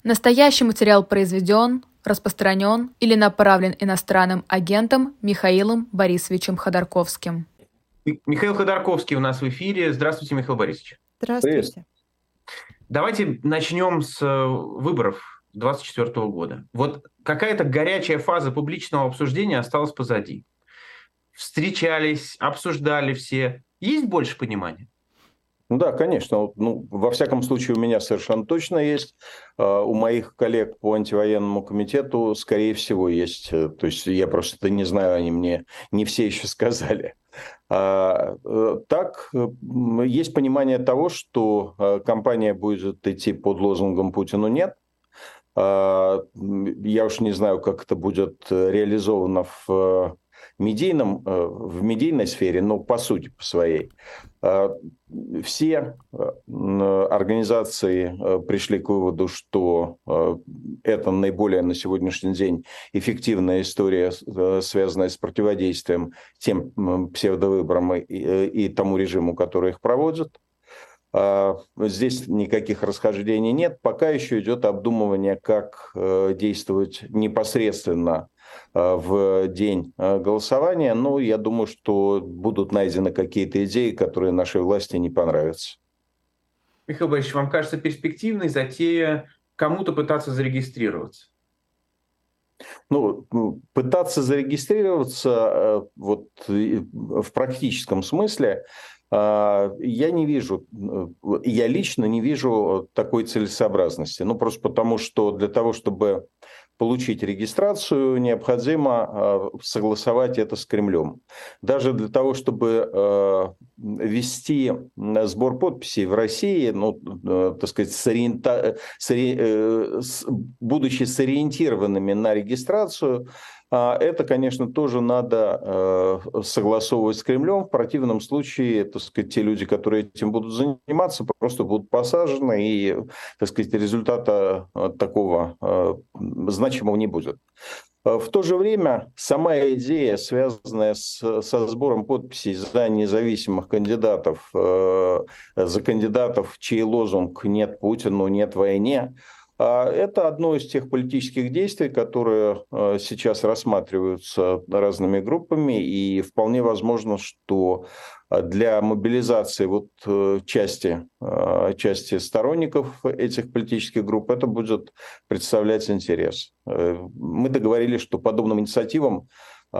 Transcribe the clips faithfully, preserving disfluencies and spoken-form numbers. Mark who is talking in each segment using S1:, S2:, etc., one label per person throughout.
S1: Настоящий материал произведен, распространен или направлен иностранным агентом Михаилом Борисовичем Ходорковским.
S2: Михаил Ходорковский у нас в эфире. Здравствуйте, Михаил Борисович.
S3: Здравствуйте.
S2: Давайте начнем с выборов двадцать четвёртого года. Вот какая-то горячая фаза публичного обсуждения осталась позади. Встречались, обсуждали все. Есть больше понимания?
S3: Ну да, конечно. Ну, во всяком случае, у меня совершенно точно есть. У моих коллег по антивоенному комитету, скорее всего, есть. То есть я просто не знаю, они мне не все еще сказали. А, так, есть понимание того, что кампания будет идти под лозунгом «Путину нет». Я уж не знаю, как это будет реализовано в медийном, в медийной сфере, но по сути, по своей. Все организации пришли к выводу, что это наиболее на сегодняшний день эффективная история, связанная с противодействием тем псевдовыборам и, и тому режиму, который их проводит. Здесь никаких расхождений нет. Пока еще идет обдумывание, как действовать непосредственно в день голосования. Но я думаю, что будут найдены какие-то идеи, которые нашей власти не понравятся.
S2: Михаил Борисович, вам кажется перспективной затея кому-то пытаться зарегистрироваться?
S3: Ну, пытаться зарегистрироваться вот, в практическом смысле я не вижу, я лично не вижу такой целесообразности. Ну, просто потому, что для того, чтобы получить регистрацию, необходимо согласовать это с Кремлем. Даже для того, чтобы вести сбор подписей в России, ну, так сказать, сориента... сори... будучи сориентированными на регистрацию, это, конечно, тоже надо согласовывать с Кремлем. В противном случае, так сказать, те люди, которые этим будут заниматься, просто будут посажены, и, так сказать, результата такого значимого не будет. В то же время сама идея, связанная с, со сбором подписей за независимых кандидатов, за кандидатов, чей лозунг «нет Путину, нет войне», это одно из тех политических действий, которые сейчас рассматриваются разными группами, и вполне возможно, что для мобилизации вот части, части сторонников этих политических групп это будет представлять интерес. Мы договорились, что подобным инициативам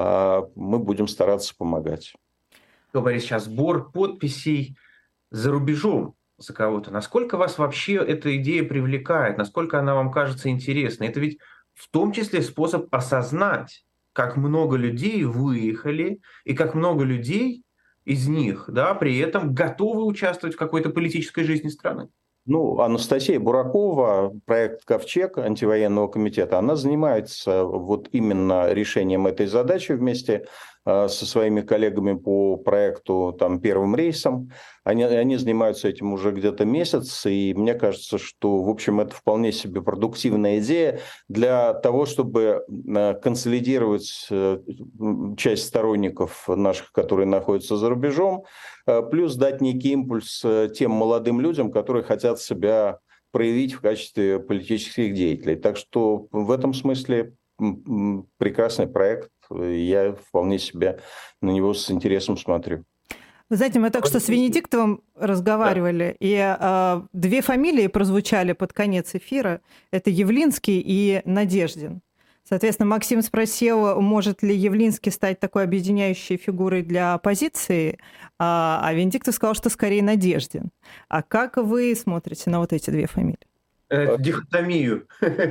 S3: мы будем стараться помогать.
S2: Говорит сейчас сбор подписей за рубежом за кого-то. Насколько вас вообще эта идея привлекает? Насколько она вам кажется интересной? Это ведь в том числе способ осознать, как много людей выехали и как много людей из них, да, при этом готовы участвовать в какой-то политической жизни страны.
S3: Ну, Анастасия Буракова, проект «Ковчег» антивоенного комитета, она занимается вот именно решением этой задачи вместе со своими коллегами по проекту там, «Первым рейсом». Они, они занимаются этим уже где-то месяц, и мне кажется, что, в общем, это вполне себе продуктивная идея для того, чтобы консолидировать часть сторонников наших, которые находятся за рубежом, плюс дать некий импульс тем молодым людям, которые хотят себя проявить в качестве политических деятелей. Так что в этом смысле прекрасный проект. Я вполне себе на него с интересом смотрю.
S4: Вы знаете, мы только что с Венедиктовым разговаривали, да. и э, две фамилии прозвучали под конец эфира. Это Явлинский и Надеждин. Соответственно, Максим спросил, может ли Явлинский стать такой объединяющей фигурой для оппозиции, а, а Венедиктов сказал, что скорее Надеждин. А как вы смотрите на вот эти две фамилии?
S2: Э, дихотомию.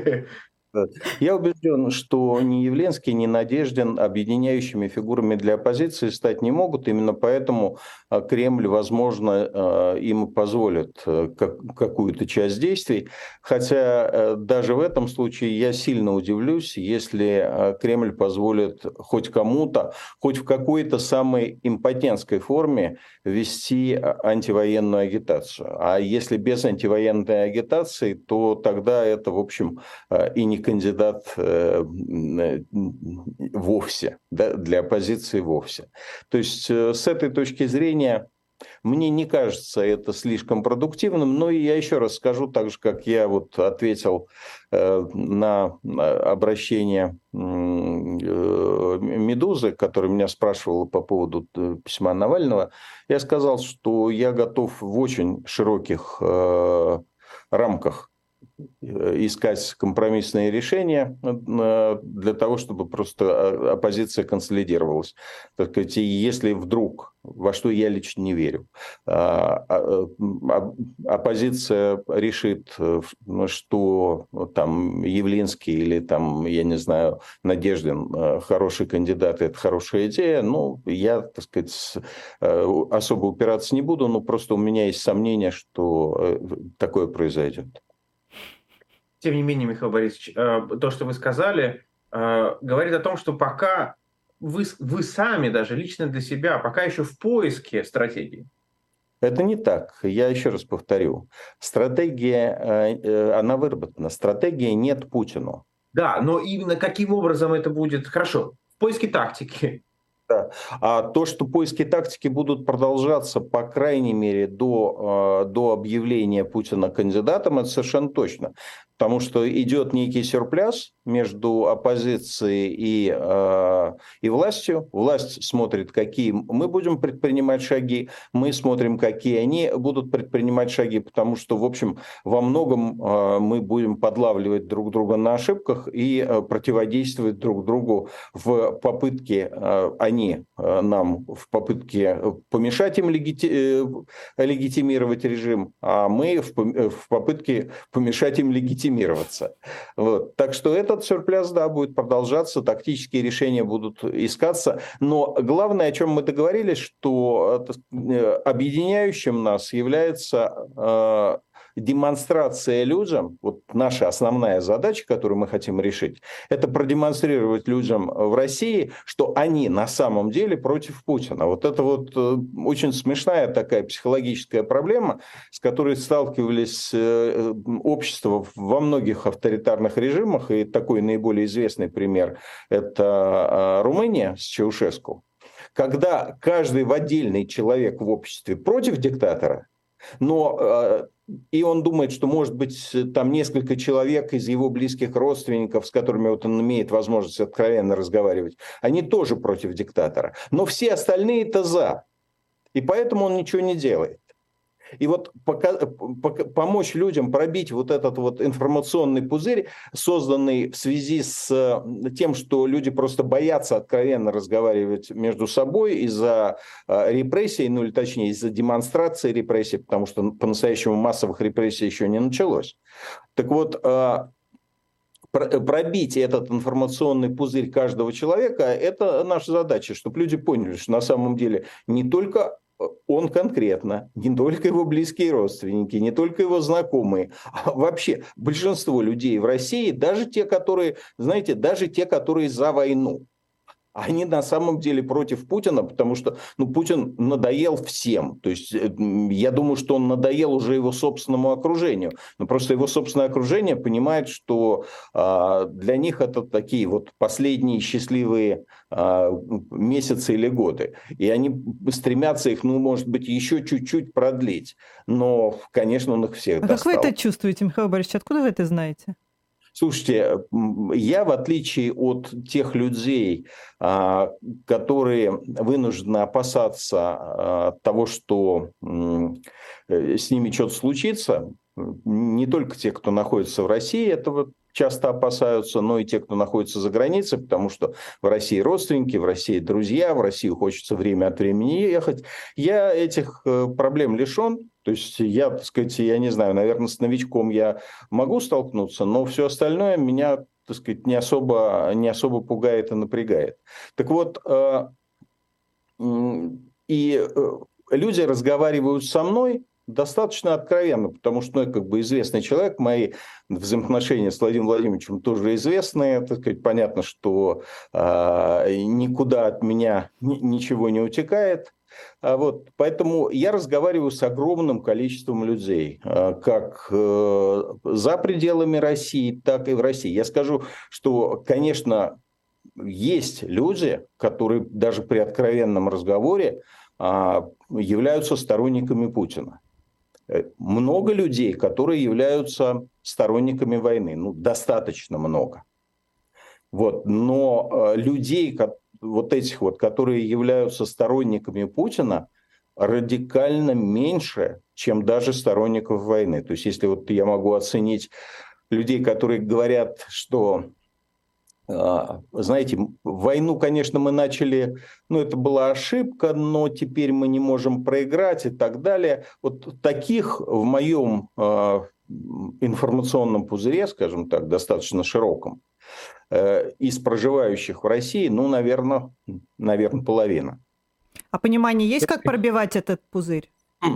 S3: Я убежден, что ни Явленский, ни Надеждин объединяющими фигурами для оппозиции стать не могут. Именно поэтому Кремль, возможно, им позволит какую-то часть действий. Хотя даже в этом случае я сильно удивлюсь, если Кремль позволит хоть кому-то, хоть в какой-то самой импотентской форме вести антивоенную агитацию. А если без антивоенной агитации, то тогда это, в общем, и не кандидат э, вовсе, да, для оппозиции вовсе. То есть э, с этой точки зрения Мне не кажется это слишком продуктивным, но я еще раз скажу, так же, как я вот ответил э, на обращение э, «Медузы», который меня спрашивал по поводу письма Навального, я сказал, что я готов в очень широких э, рамках искать компромиссные решения для того, чтобы просто оппозиция консолидировалась. Так сказать, если вдруг, во что я лично не верю, оппозиция решит, что там Явлинский или там, я не знаю, Надеждин хороший кандидат, это хорошая идея, ну, я, так сказать, особо упираться не буду, но просто у меня есть сомнение, что такое произойдет.
S2: Тем не менее, Михаил Борисович, то, что вы сказали, говорит о том, что пока вы, вы сами даже лично для себя, пока еще в поиске стратегии.
S3: Это не так. Я еще раз повторю. Стратегия, она выработана. Стратегии нет Путину.
S2: Да, но именно каким образом это будет? Хорошо, в поиске тактики.
S3: Да. А то, что поиски тактики будут продолжаться, по крайней мере, до, до объявления Путина кандидатом, это совершенно точно. Потому что идет некий сюрприз между оппозицией и, э, и властью. Власть смотрит, какие мы будем предпринимать шаги, мы смотрим, какие они будут предпринимать шаги, потому что, в общем, во многом э, мы будем подлавливать друг друга на ошибках и э, противодействовать друг другу в попытке, э, они э, нам в попытке помешать им легити, э, легитимировать режим, а мы в, в попытке помешать им легитимировать. Вот. Так что этот сюрприз, да, будет продолжаться, тактические решения будут искаться. Но главное, о чем мы договорились, что объединяющим нас является э, демонстрация людям, вот наша основная задача, которую мы хотим решить, это продемонстрировать людям в России, что они на самом деле против Путина. Вот это вот очень смешная такая психологическая проблема, с которой сталкивались общества во многих авторитарных режимах, и такой наиболее известный пример – это Румыния с Чаушеску. Когда каждый в отдельный человек в обществе против диктатора, но и он думает, что, может быть, там несколько человек из его близких родственников, с которыми вот он имеет возможность откровенно разговаривать, они тоже против диктатора. Но все остальные-то за. И поэтому он ничего не делает. И вот пока, пока, помочь людям пробить вот этот вот информационный пузырь, созданный в связи с тем, что люди просто боятся откровенно разговаривать между собой из-за э, репрессий, ну или точнее из-за демонстрации репрессий, потому что по-настоящему массовых репрессий еще не началось. Так вот, э, пробить этот информационный пузырь каждого человека – это наша задача, чтобы люди поняли, что на самом деле не только он конкретно, не только его близкие родственники, не только его знакомые, а вообще большинство людей в России, даже те, которые, знаете, даже те, которые за войну, они на самом деле против Путина, потому что ну, Путин надоел всем. То есть я думаю, что он надоел уже его собственному окружению. Но просто его собственное окружение понимает, что а, для них это такие вот последние счастливые а, месяцы или годы. И они стремятся их, ну, может быть, еще чуть-чуть продлить. Но, конечно, он их всех
S4: а
S3: достал.
S4: Как вы это чувствуете, Михаил Борисович? Откуда вы это знаете?
S3: Слушайте, я, в отличие от тех людей, которые вынуждены опасаться того, что с ними что-то случится, не только те, кто находится в России, этого часто опасаются, но и те, кто находится за границей, потому что в России родственники, в России друзья, в Россию хочется время от времени ехать. Я этих проблем лишен. То есть я, так сказать, я не знаю, наверное, с новичком я могу столкнуться, но все остальное меня, так сказать, не особо, не особо пугает и напрягает. Так вот, и люди разговаривают со мной достаточно откровенно, потому что, ну, я как бы известный человек, мои взаимоотношения с Владимиром Владимировичем тоже известные, так сказать, понятно, что э, никуда от меня ни, ничего не утекает. А вот, поэтому я разговариваю с огромным количеством людей, как за пределами России, так и в России. Я скажу, что, конечно, есть люди, которые даже при откровенном разговоре являются сторонниками Путина. Много людей, которые являются сторонниками войны, ну, достаточно много. Вот. Но людей, вот этих вот, которые являются сторонниками Путина, радикально меньше, чем даже сторонников войны. То есть, если вот я могу оценить людей, которые говорят, что, знаете, войну, конечно, мы начали, ну, это была ошибка, но теперь мы не можем проиграть и так далее. Вот таких в моем информационном пузыре, скажем так, достаточно широком, из проживающих в России, ну, наверное, наверное, половина.
S4: А понимание есть, как пробивать этот пузырь?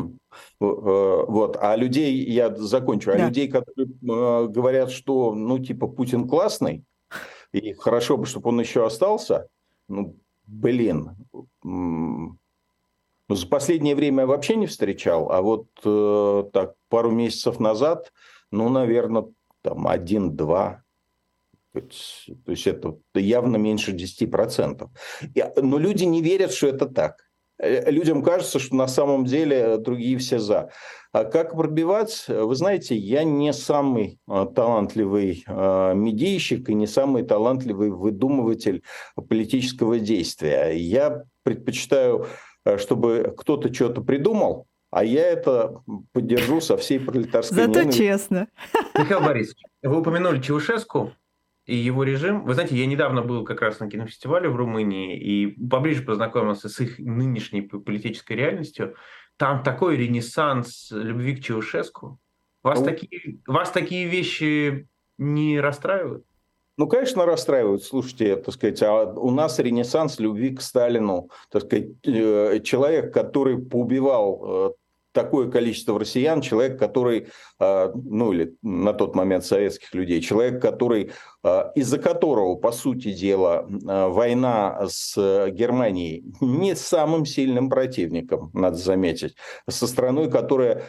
S3: Вот, а людей, я закончу, а да. людей, которые э, говорят, что, ну, типа, Путин классный, и хорошо бы, чтобы он еще остался, ну, блин, ну, за последнее время я вообще не встречал, а вот э, так, пару месяцев назад, ну, наверное, там, один-два. То есть это явно меньше десяти процентов. Но люди не верят, что это так. Людям кажется, что на самом деле другие все за. А как пробивать? Вы знаете, я не самый талантливый медийщик и не самый талантливый выдумыватель политического действия. Я предпочитаю, чтобы кто-то что-то придумал, а я это поддержу со всей пролетарской
S4: Зато
S3: ненавистью.
S4: честно.
S2: Михаил Борисович, вы упомянули Чаушеску и его режим. Вы знаете, я недавно был как раз на кинофестивале в Румынии и поближе познакомился с их нынешней политической реальностью. Там такой ренессанс любви к Чаушеску. Вас, ну, такие, вас такие вещи не расстраивают?
S3: Ну, конечно, расстраивают. Слушайте, так сказать, а у нас ренессанс любви к Сталину. Так сказать, человек, который поубивал такое количество россиян, человек, который, ну или на тот момент советских людей, человек, который, из-за которого, по сути дела, война с Германией не самым сильным противником, надо заметить, со страной, которая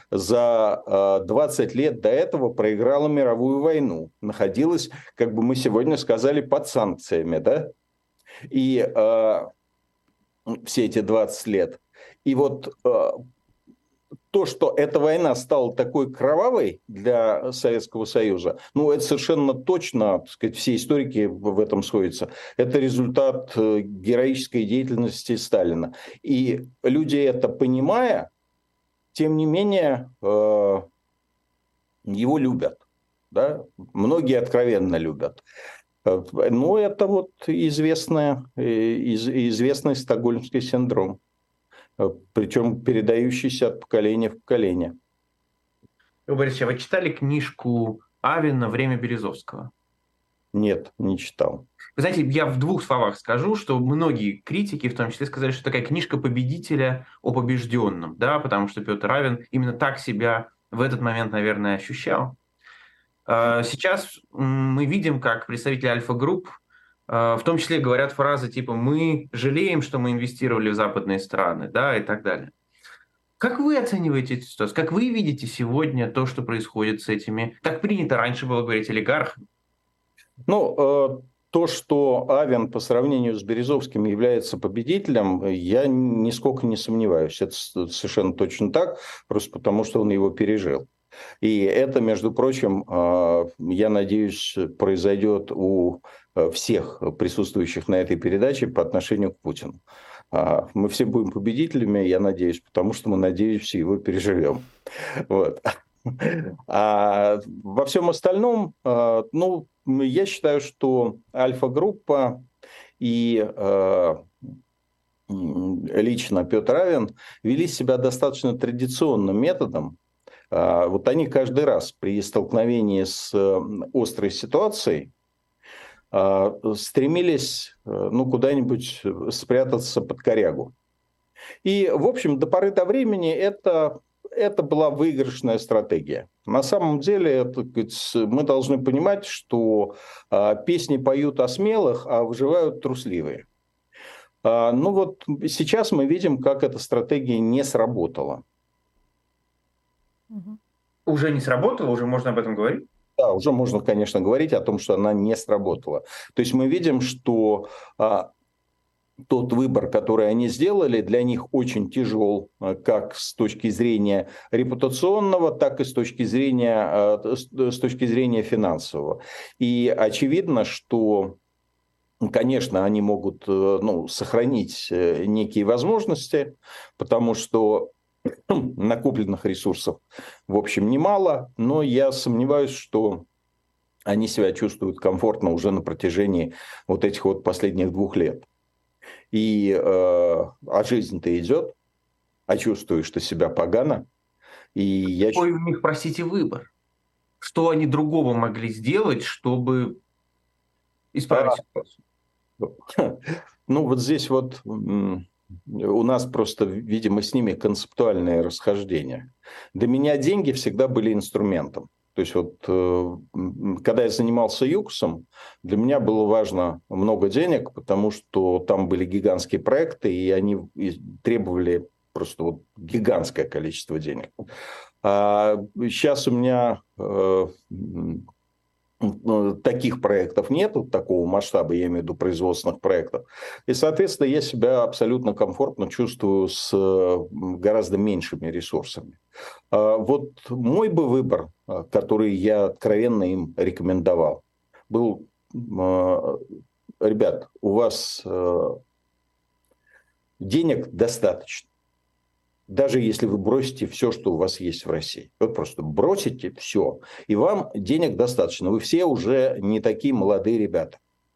S3: за двадцать лет до этого проиграла мировую войну, находилась, как бы мы сегодня сказали, под санкциями, да, и э, все эти двадцать лет. И вот э, то, что эта война стала такой кровавой для Советского Союза, ну, это совершенно точно, так сказать, все историки в этом сходятся. Это результат героической деятельности Сталина. И люди это понимая, тем не менее, э, его любят. Да? Многие откровенно любят. Но это вот известная, известный стокгольмский синдром. Причем передающийся от поколения в поколение.
S2: Борисович, а вы читали книжку Авина «Время Березовского»?
S3: Нет, не читал.
S2: Вы знаете, я в двух словах скажу, что многие критики, в том числе, сказали, что такая книжка победителя о побежденном, да, потому что Петр Авин именно так себя в этот момент, наверное, ощущал. Сейчас мы видим, как представители Альфа-групп в том числе говорят фразы типа «мы жалеем, что мы инвестировали в западные страны», да, и так далее. Как вы оцениваете эту ситуацию? Как вы видите сегодня то, что происходит с этими, как принято раньше было говорить, олигархами?
S3: Ну, то, что Авен по сравнению с Березовским является победителем, я нисколько не сомневаюсь. Это совершенно точно так, просто потому что он его пережил. И это, между прочим, я надеюсь, произойдет у всех присутствующих на этой передаче по отношению к Путину. Мы все будем победителями, я надеюсь, потому что мы, надеюсь, его переживем. Вот. А во всем остальном, ну, я считаю, что Альфа-группа и лично Петр Авен вели себя достаточно традиционным методом. Вот они каждый раз при столкновении с острой ситуацией стремились, ну, куда-нибудь спрятаться под корягу. И, в общем, до поры до времени это, это была выигрышная стратегия. На самом деле, это, мы должны понимать, что песни поют о смелых, а выживают трусливые. Ну вот сейчас мы видим, как эта стратегия не сработала.
S2: Уже не сработало, уже можно об этом говорить?
S3: Да, уже можно, конечно, говорить о том, что она не сработала. То есть мы видим, что а, тот выбор, который они сделали, для них очень тяжел, как с точки зрения репутационного, так и с точки зрения, с точки зрения финансового. И очевидно, что, конечно, они могут, ну, сохранить некие возможности, потому что накопленных ресурсов, в общем, немало, но я сомневаюсь, что они себя чувствуют комфортно уже на протяжении вот этих вот последних двух лет. И, э, а жизнь-то идет, а чувствуешь, что себя погано. И я...
S2: Какой у них, простите, выбор? Что они другого могли сделать, чтобы исправить ситуацию?
S3: Ну, вот здесь вот у нас просто, видимо, с ними концептуальное расхождение. Для меня деньги всегда были инструментом. То есть вот, когда я занимался ЮКСом, для меня было важно много денег, потому что там были гигантские проекты, и они требовали просто вот гигантское количество денег. А сейчас у меня э, таких проектов нет, такого масштаба, я имею в виду производственных проектов. И, соответственно, я себя абсолютно комфортно чувствую с гораздо меньшими ресурсами. Вот мой бы выбор, который я откровенно им рекомендовал, был: ребят, у вас денег достаточно. Даже если вы бросите все, что у вас есть в России. Вы просто бросите все, и вам денег достаточно. Вы все уже не такие молодые ребята.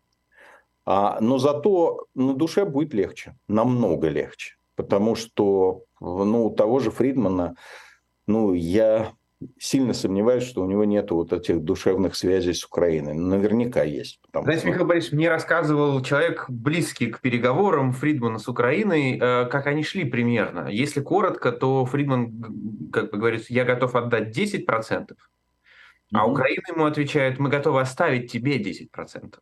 S3: А, но зато на душе будет легче, намного легче. Потому что, ну, у того же Фридмана, ну, я сильно сомневаюсь, что у него нет вот этих душевных связей с Украиной. Наверняка есть.
S2: Знаете,
S3: что...
S2: Михаил Борисович, мне рассказывал человек, близкий к переговорам Фридмана с Украиной, как они шли примерно. Если коротко, то Фридман, как бы говорит, я готов отдать десять процентов, mm-hmm. а Украина ему отвечает, мы готовы оставить тебе десять процентов.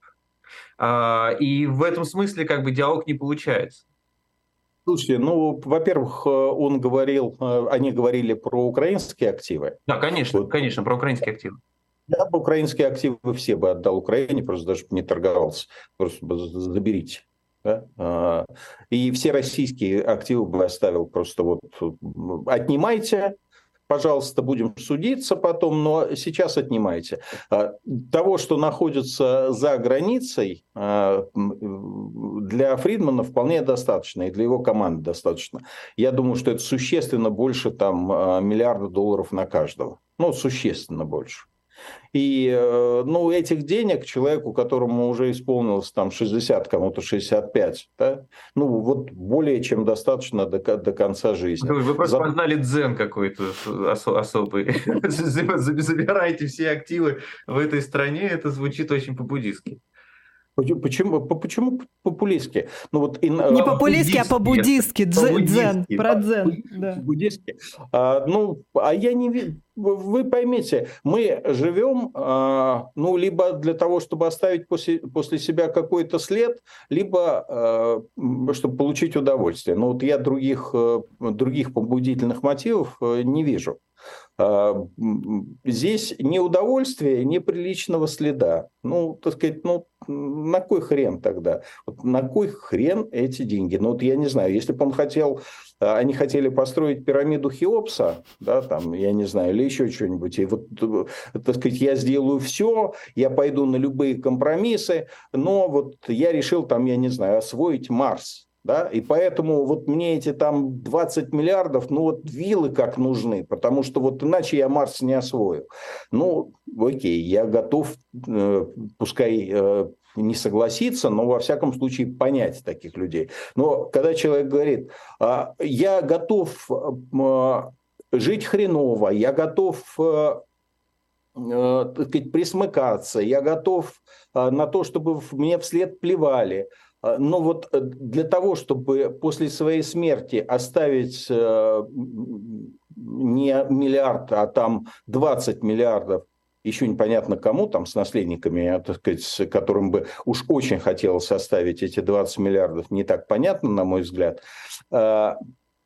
S2: И в этом смысле как бы диалог не получается.
S3: Слушайте, ну, во-первых, он говорил, они говорили про украинские активы.
S2: Да, конечно, вот. конечно, про украинские активы.
S3: Я бы украинские активы все бы отдал Украине, просто даже не торговался. Просто бы заберите. Да? И все российские активы бы оставил просто вот отнимайте, пожалуйста, будем судиться потом, но сейчас отнимайте. Того, что находится за границей, для Фридмана вполне достаточно, и для его команды достаточно. Я думаю, что это существенно больше там, миллиарда долларов на каждого. Ну, существенно больше. И, ну, этих денег человеку, которому уже исполнилось там шестьдесят, кому-то шестьдесят пять, да, ну, вот более чем достаточно до, до конца жизни.
S2: Вы просто За... познали дзен какой-то особый. Забирайте все активы в этой стране, это звучит очень по-буддистски.
S3: Почему, почему по-популистски? Ну, вот и,
S4: не по-популистски, а по-буддистски. Дзен, про дзен.
S3: По-буддистски. А, ну, а я не... Вы поймите, мы живем, а, ну, либо для того, чтобы оставить после, после себя какой-то след, либо а, чтобы получить удовольствие. Но вот я других, других побудительных мотивов не вижу. Здесь ни удовольствия, ни приличного следа. Ну, так сказать, ну, на кой хрен тогда? Вот на кой хрен эти деньги? Ну, вот я не знаю, если бы он хотел, они хотели построить пирамиду Хеопса, да, там, я не знаю, или еще что-нибудь, и вот, так сказать, я сделаю все, я пойду на любые компромиссы, но вот я решил там, я не знаю, освоить Марс. Да? И поэтому вот мне эти там двадцать миллиардов, ну вот вилы как нужны, потому что вот иначе я Марс не освою. Ну, окей, я готов, э, пускай э, не согласиться, но во всяком случае понять таких людей. Но когда человек говорит, э, я готов э, жить хреново, я готов... Э, так сказать, присмыкаться, я готов э, на то, чтобы мне вслед плевали. Но вот для того, чтобы после своей смерти оставить не миллиард, а там двадцать миллиардов, еще непонятно кому, там с наследниками, так сказать, которым бы уж очень хотелось оставить эти двадцать миллиардов, не так понятно, на мой взгляд. Я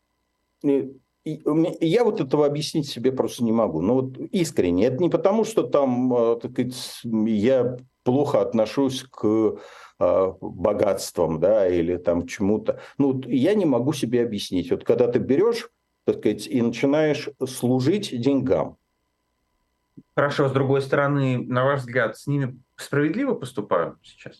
S3: вот этого объяснить себе просто не могу. Ну вот искренне. Это не потому, что там, так сказать, я плохо отношусь к богатствам, да, или там чему-то. Ну, я не могу себе объяснить. Вот когда ты берешь, так сказать, и начинаешь служить деньгам.
S2: Хорошо, с другой стороны, на ваш взгляд, с ними справедливо поступают сейчас?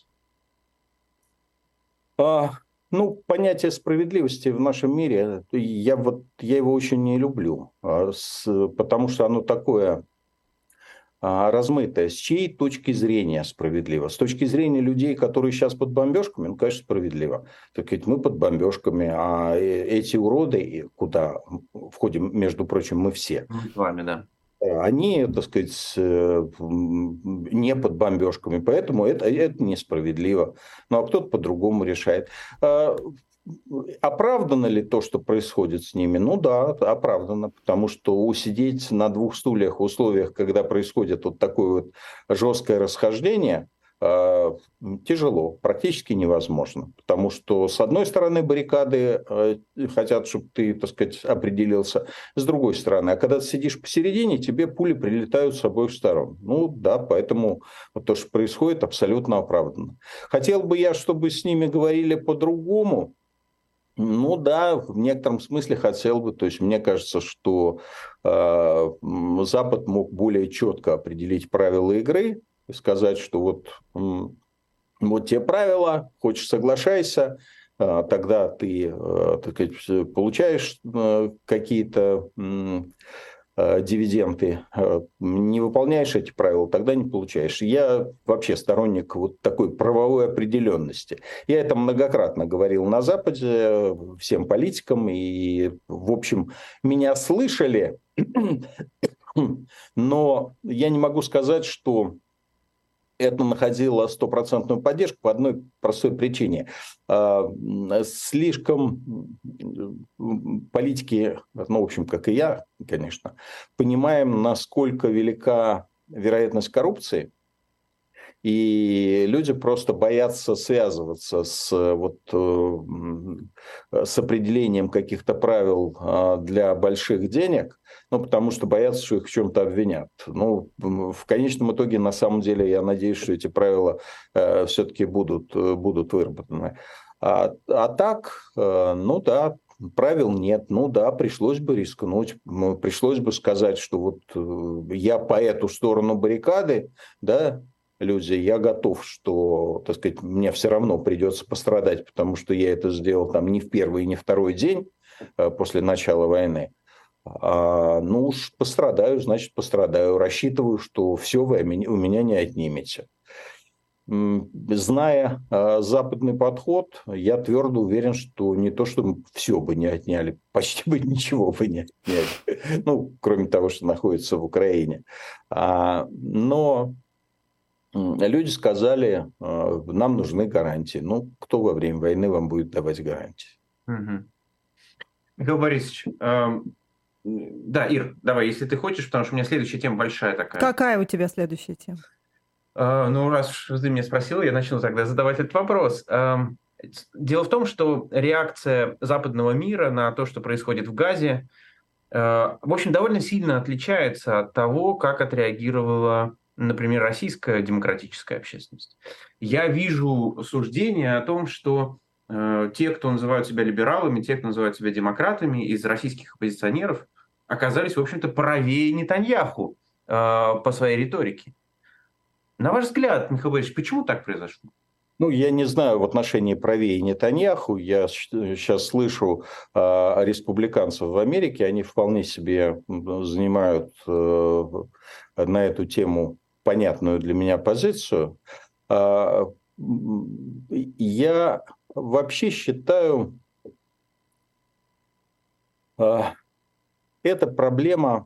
S3: А, ну, понятие справедливости в нашем мире, я, вот, я его очень не люблю, а, с, потому что оно такое а, размытое. С чьей точки зрения справедливо? С точки зрения людей, которые сейчас под бомбежками, ну, конечно, справедливо. Так сказать, мы под бомбежками, а эти уроды, куда входим, между прочим, мы все.
S2: Мы с вами, да.
S3: Они, так сказать, не под бомбежками, поэтому это, это несправедливо. Ну, а кто-то по-другому решает. Оправдано ли то, что происходит с ними? Ну да, оправдано, потому что усидеть на двух стульях в условиях, когда происходит вот такое вот жесткое расхождение, тяжело, практически невозможно. Потому что, с одной стороны, баррикады хотят, чтобы ты, так сказать, определился, с другой стороны. А когда ты сидишь посередине, тебе пули прилетают с обоих сторон. Ну да, поэтому вот то, что происходит, абсолютно оправданно. Хотел бы я, чтобы с ними говорили по-другому. Ну да, в некотором смысле хотел бы. То есть мне кажется, что э, Запад мог более четко определить правила игры, сказать, что вот, вот те правила, хочешь соглашайся, тогда ты, так сказать, получаешь какие-то дивиденды, не выполняешь эти правила, тогда не получаешь. Я вообще сторонник вот такой правовой определенности. Я это многократно говорил на Западе всем политикам, и, в общем, меня слышали, но я не могу сказать, что это находило стопроцентную поддержку по одной простой причине. Слишком политики, ну, в общем, как и я, конечно, понимаем, насколько велика вероятность коррупции, и люди просто боятся связываться с, вот, с определением каких-то правил для больших денег, ну, потому что боятся, что их в чем-то обвинят. Ну, в конечном итоге, на самом деле, я надеюсь, что эти правила э, все-таки будут, будут выработаны. А, а так, э, ну да, правил нет. Ну да, пришлось бы рискнуть. Пришлось бы сказать, что вот э, я по эту сторону баррикады, да, люди, я готов, что, так сказать, мне все равно придется пострадать, потому что я это сделал там не в первый и не второй день э, после начала войны. А, ну уж пострадаю, значит пострадаю. Рассчитываю, что все вы у меня не отнимете. Зная а, западный подход, я твердо уверен, что не то, что все бы не отняли, почти бы ничего бы не отняли. Ну, кроме того, что находится в Украине. А, но люди сказали, а, нам нужны гарантии. Ну, кто во время войны вам будет давать гарантии?
S2: Угу. Михаил Борисович, э... да, Ир, давай, если ты хочешь, потому что у меня следующая тема большая такая.
S4: Какая у тебя следующая тема?
S2: Uh, ну, раз ты меня спросил, я начну тогда задавать этот вопрос. Uh, дело в том, что реакция западного мира на то, что происходит в Газе, uh, в общем, довольно сильно отличается от того, как отреагировала, например, российская демократическая общественность. Я вижу суждения о том, что uh, те, кто называют себя либералами, те, кто называют себя демократами, из российских оппозиционеров оказались, в общем-то, правее Нетаньяху uh, по своей риторике. На ваш взгляд, Михаил Борисович, почему так произошло?
S3: Ну, я не знаю в отношении правее Нетаньяху. Я сейчас слышу э, республиканцев в Америке, они вполне себе занимают э, на эту тему понятную для меня позицию. Э, я вообще считаю, э, это проблема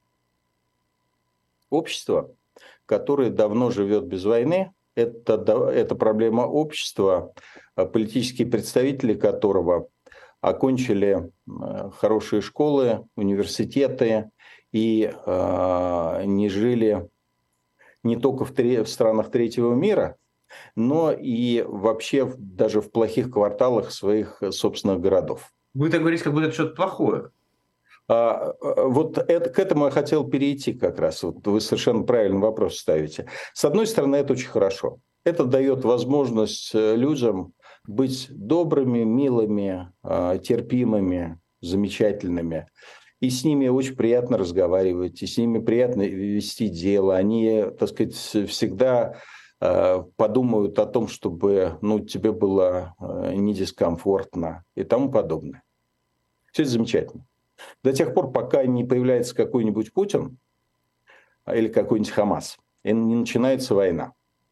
S3: общества, который давно живет без войны. Это, это проблема общества, политические представители которого окончили хорошие школы, университеты и э, не жили не только в, три, в странах третьего мира, но и вообще даже в плохих кварталах своих собственных городов.
S2: Вы так говорите, как будто это что-то плохое.
S3: А, вот это, к этому я хотел перейти как раз. Вот вы совершенно правильный вопрос ставите. С одной стороны, это очень хорошо. Это дает возможность людям быть добрыми, милыми, терпимыми, замечательными. И с ними очень приятно разговаривать, и с ними приятно вести дело. Они, так сказать, всегда подумают о том, чтобы, ну, тебе было не дискомфортно и тому подобное. Все это замечательно. До тех пор, пока не появляется какой-нибудь Путин или какой-нибудь Хамас, и не начинается война.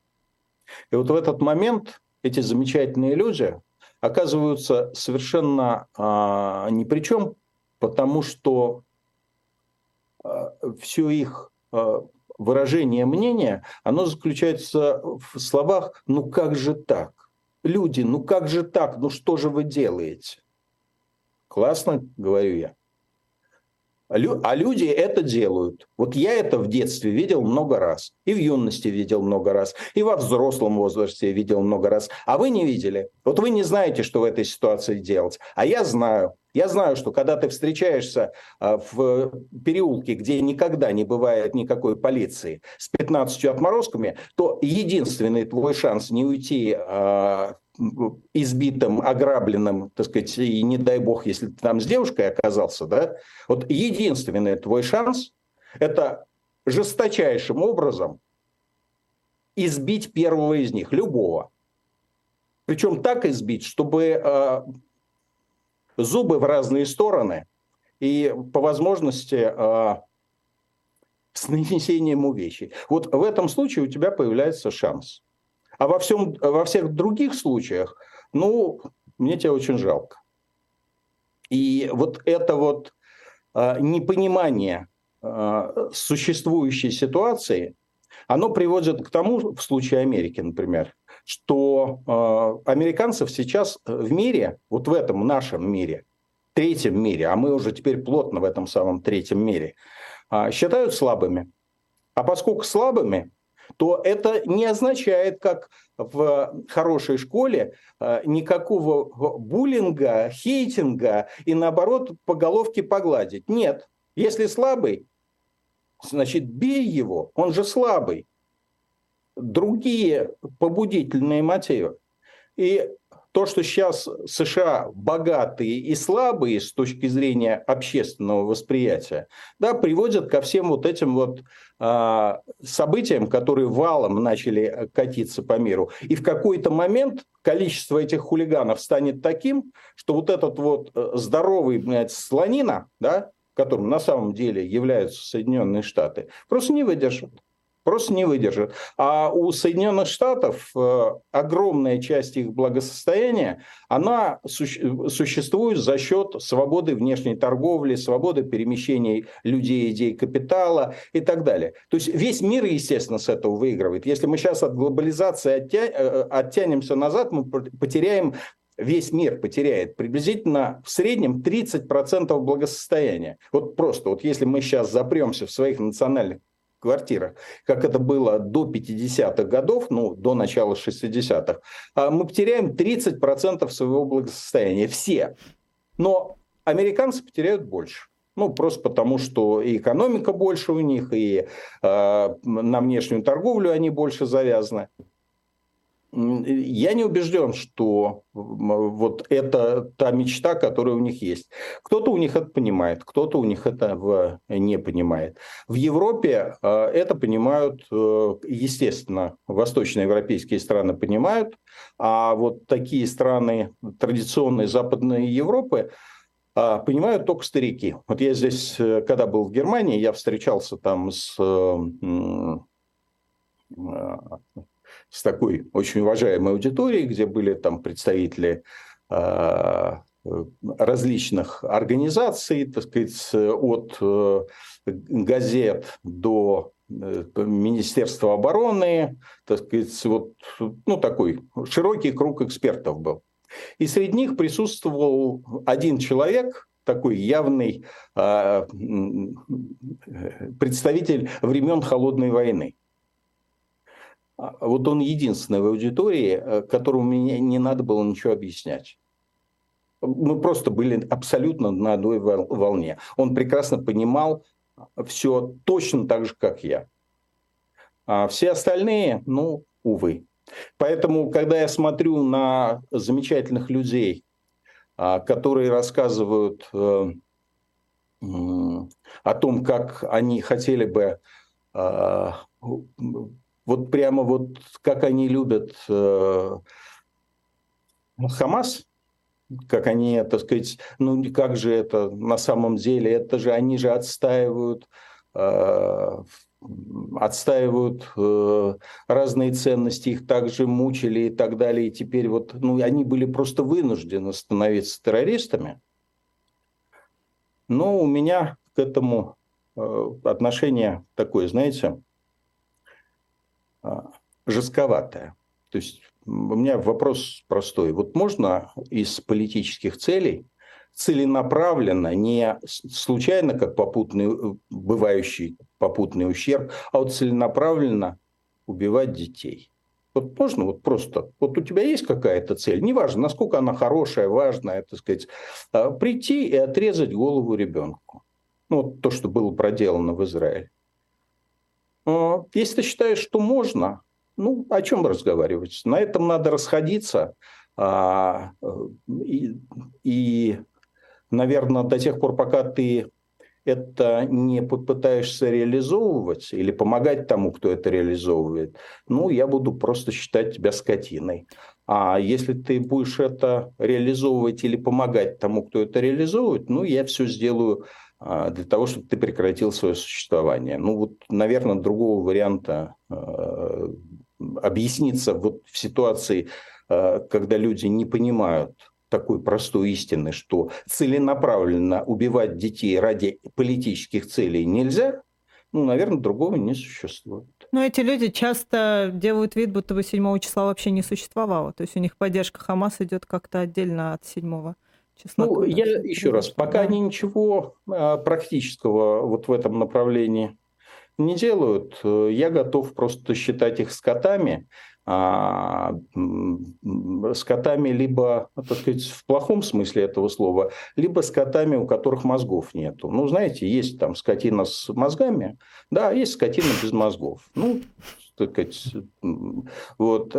S3: И вот в этот момент эти замечательные люди оказываются совершенно а, ни при чем, потому что а, все их а, выражение мнения, оно заключается в словах «ну как же так? Люди, ну как же так? Ну что же вы делаете?» Классно, говорю я. А люди это делают. Вот я это в детстве видел много раз. И в юности видел много раз. И во взрослом возрасте видел много раз. А вы не видели. Вот вы не знаете, что в этой ситуации делать. А я знаю. Я знаю, что когда ты встречаешься в переулке, где никогда не бывает никакой полиции, с пятнадцатью отморозками, то единственный твой шанс не уйти избитым, ограбленным, так сказать, и не дай бог, если ты там с девушкой оказался, да, вот единственный твой шанс – это жесточайшим образом избить первого из них, любого. Причем так избить, чтобы э, зубы в разные стороны и по возможности э, с нанесением увечий. Вот в этом случае у тебя появляется шанс. А во, всем, во всех других случаях, ну, мне тебя очень жалко. И вот это вот э, непонимание э, существующей ситуации, оно приводит к тому, в случае Америки, например, что э, американцев сейчас в мире, вот в этом нашем мире, третьем мире, а мы уже теперь плотно в этом самом третьем мире, э, считают слабыми. А поскольку слабыми, то это не означает, как в хорошей школе, никакого буллинга, хейтинга и, наоборот, по головке погладить. Нет. Если слабый, значит, бей его, он же слабый. Другие побудительные мотивы. И то, что сейчас США богатые и слабые с точки зрения общественного восприятия, да, приводят ко всем вот этим вот а, событиям, которые валом начали катиться по миру. И в какой-то момент количество этих хулиганов станет таким, что вот этот вот здоровый, блядь, слонина, да, которым на самом деле являются Соединенные Штаты, просто не выдержит. Просто не выдержит. А у Соединенных Штатов э, огромная часть их благосостояния, она су- существует за счет свободы внешней торговли, свободы перемещения людей, идей капитала и так далее. То есть весь мир, естественно, с этого выигрывает. Если мы сейчас от глобализации оття- э, оттянемся назад, мы потеряем, весь мир потеряет приблизительно в среднем тридцать процентов благосостояния. Вот просто, вот если мы сейчас запремся в своих национальных квартирах, как это было до пятидесятых годов, ну, до начала шестидесятых, мы потеряем тридцать процентов своего благосостояния. Все. Но американцы потеряют больше. Ну, просто потому, что и экономика больше у них, и э, на внешнюю торговлю они больше завязаны. Я не убежден, что вот это та мечта, которая у них есть. Кто-то у них это понимает, кто-то у них это не понимает. В Европе это понимают, естественно, восточноевропейские страны понимают, а вот такие страны традиционной Западной Европы понимают только старики. Вот я здесь, когда был в Германии, я встречался там с... с такой очень уважаемой аудиторией, где были там представители э, различных организаций, так сказать, от э, газет до э, Министерства обороны, так сказать, вот, ну, такой широкий круг экспертов был. И среди них присутствовал один человек, такой явный э, представитель времен Холодной войны. Вот он единственный в аудитории, которому мне не надо было ничего объяснять. мы просто были абсолютно на одной волне. Он прекрасно понимал все точно так же, как я. А все остальные, ну, увы. Поэтому, когда я смотрю на замечательных людей, которые рассказывают о том, как они хотели бы, вот прямо вот как они любят Хамас, как они, так сказать, ну как же это на самом деле, это же они же отстаивают, э, отстаивают э, разные ценности, их также мучили и так далее, и теперь вот, ну они были просто вынуждены становиться террористами. Но у меня к этому э, отношение такое, знаете, э, жестковатое. То есть у меня вопрос простой. Вот можно из политических целей целенаправленно, не случайно, как попутный, бывающий попутный ущерб, а вот целенаправленно убивать детей? Вот можно вот просто, вот у тебя есть какая-то цель, неважно, насколько она хорошая, важная, так сказать, прийти и отрезать голову ребенку. Ну, вот то, что было проделано в Израиле. Если ты считаешь, что можно, ну, о чем разговаривать? На этом надо расходиться. А, и, и, наверное, до тех пор, пока ты это не попытаешься реализовывать или помогать тому, кто это реализовывает, ну, я буду просто считать тебя скотиной. А если ты будешь это реализовывать или помогать тому, кто это реализовывает, ну, я все сделаю для того, чтобы ты прекратил свое существование. Ну, вот, наверное, другого варианта э, объясниться вот в ситуации, э, когда люди не понимают такой простой истины, что целенаправленно убивать детей ради политических целей нельзя, ну, наверное, другого не существует.
S4: Но эти люди часто делают вид, будто бы седьмого числа вообще не существовало. То есть у них поддержка Хамас идет как-то отдельно от седьмого числа.
S3: Ну, я еще раз, пока да. они ничего а, практического вот в этом направлении не делают, я готов просто считать их скотами, а, скотами либо, так сказать, в плохом смысле этого слова, либо скотами, у которых мозгов нету. Ну, знаете, есть там скотина с мозгами, да, есть скотина без мозгов. Ну, так сказать, вот.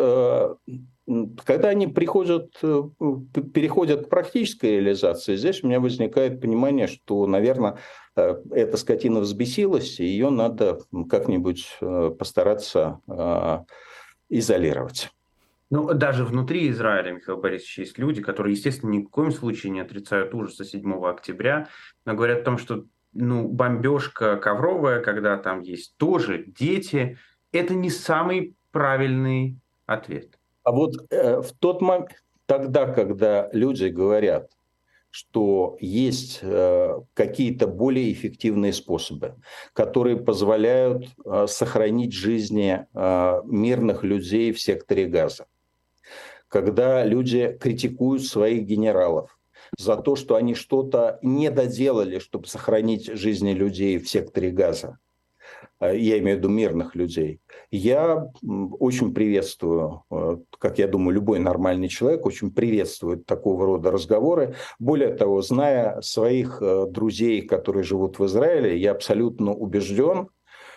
S3: Когда они приходят, переходят к практической реализации, здесь у меня возникает понимание, что, наверное, эта скотина взбесилась, и ее надо как-нибудь постараться изолировать.
S2: Ну, даже внутри Израиля, Михаил Борисович, есть люди, которые, естественно, ни в коем случае не отрицают ужаса седьмого октября, но говорят о том, что ну, бомбежка ковровая, когда там есть тоже дети, это не самый правильный ответ.
S3: А вот э, в тот момент, тогда, когда люди говорят, что есть э, какие-то более эффективные способы, которые позволяют э, сохранить жизни э, мирных людей в секторе Газа, когда люди критикуют своих генералов за то, что они что-то не доделали, чтобы сохранить жизни людей в секторе Газа, я имею в виду мирных людей, я очень приветствую, как я думаю, любой нормальный человек очень приветствует такого рода разговоры. Более того, зная своих друзей, которые живут в Израиле, я абсолютно убежден,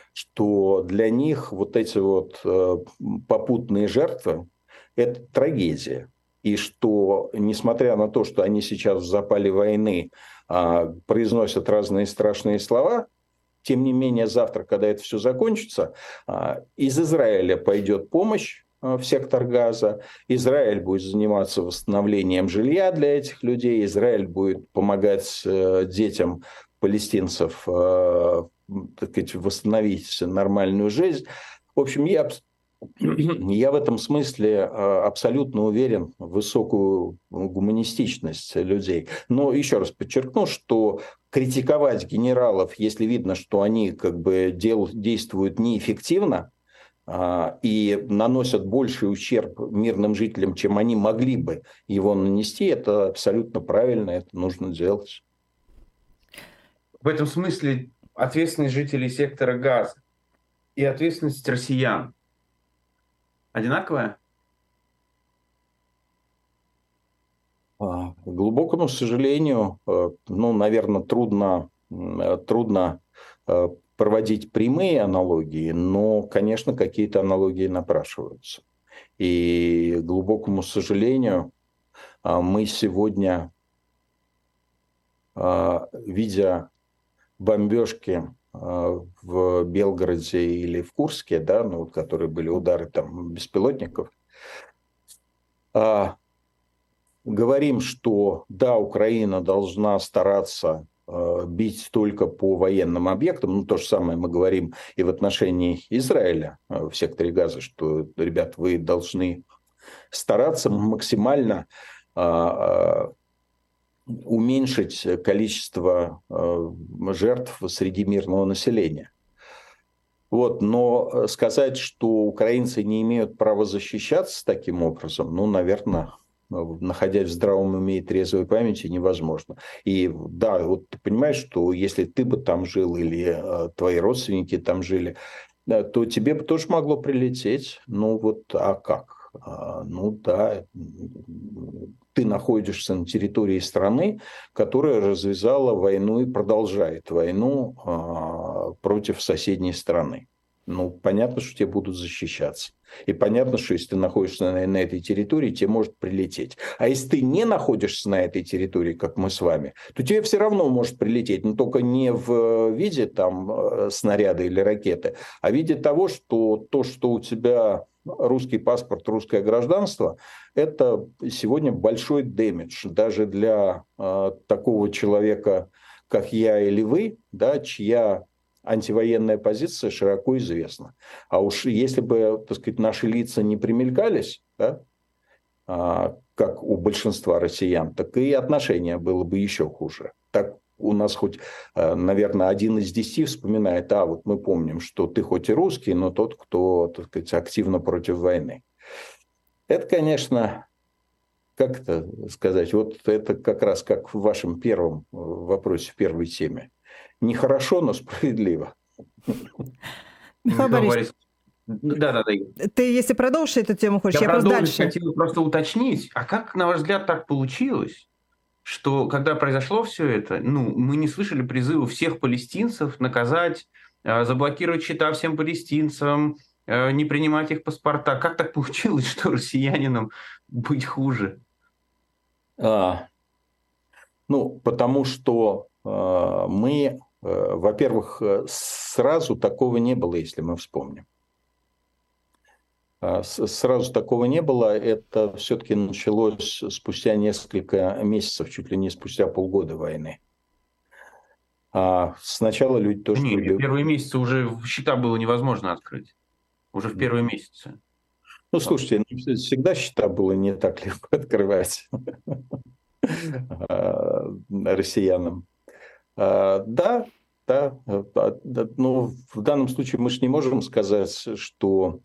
S3: что для них вот эти вот попутные жертвы – это трагедия. И что, несмотря на то, что они сейчас в запале войны произносят разные страшные слова, тем не менее, завтра, когда это все закончится, из Израиля пойдет помощь в сектор Газа, Израиль будет заниматься восстановлением жилья для этих людей, Израиль будет помогать детям палестинцев, так сказать, восстановить нормальную жизнь. В общем, я, я в этом смысле абсолютно уверен в высокую гуманистичность людей. Но еще раз подчеркну, что критиковать генералов, если видно, что они как бы дел, действуют неэффективно а, и наносят больший ущерб мирным жителям, чем они могли бы его нанести, это абсолютно правильно, это нужно делать.
S2: В этом смысле ответственность жителей сектора Газа и ответственность россиян одинаковая?
S3: Глубокий глубокому сожалению, ну, наверное, трудно, трудно проводить прямые аналогии, но, конечно, какие-то аналогии напрашиваются. И, к глубокому сожалению, мы сегодня, видя бомбежки в Белгороде или в Курске, да, ну, которые были удары там беспилотников, говорим, что да, Украина должна стараться бить только по военным объектам. Ну, то же самое мы говорим и в отношении Израиля в секторе Газа, что, ребят, вы должны стараться максимально а, уменьшить количество а, жертв среди мирного населения. Вот, но сказать, что украинцы не имеют права защищаться таким образом, ну, наверное, находясь в здравом уме и трезвой памяти, невозможно. И да, вот ты понимаешь, что если ты бы там жил или э, твои родственники там жили, э, то тебе бы тоже могло прилететь. Ну вот, а как? А, ну да, ты находишься на территории страны, которая развязала войну и продолжает войну э, против соседней страны. Ну, понятно, что тебе будут защищаться. И понятно, что если ты находишься на, на этой территории, тебе может прилететь. А если ты не находишься на этой территории, как мы с вами, то тебе все равно может прилететь. Но только не в виде там снаряда или ракеты, а в виде того, что то, что у тебя русский паспорт, русское гражданство, это сегодня большой дэмидж. Даже для э, такого человека, как я или вы, да, чья антивоенная позиция широко известна. А уж если бы, так сказать, наши лица не примелькались, да, а, как у большинства россиян, так и отношение было бы еще хуже. Так у нас хоть, наверное, один из десяти вспоминает, а вот мы помним, что ты хоть и русский, но тот, кто, так сказать, активно против войны. Это, конечно, как это сказать, вот это как раз как в вашем первом вопросе, в первой теме. Нехорошо, но справедливо.
S4: Михаил Борисович,
S2: да, да, да.
S4: Ты, если продолжишь эту тему, хочешь, я,
S2: я
S4: просто
S2: дальше
S4: хотел
S2: просто уточнить, а как, на ваш взгляд, так получилось, что когда произошло все это, ну, мы не слышали призыва всех палестинцев наказать, заблокировать счета всем палестинцам, не принимать их паспорта? Как так получилось, что россиянинам быть хуже?
S3: А, ну, потому что э, мы, э, во-первых, сразу такого не было, если мы вспомним. Сразу такого не было. Это все-таки началось спустя несколько месяцев, чуть ли не спустя полгода войны. А сначала люди тоже...
S2: Нет,
S3: были...
S2: первые месяцы уже счета было невозможно открыть. Уже в первые месяцы.
S3: Ну, слушайте, всегда счета было не так легко открывать россиянам. Да, да. Но в данном случае мы же не можем сказать, что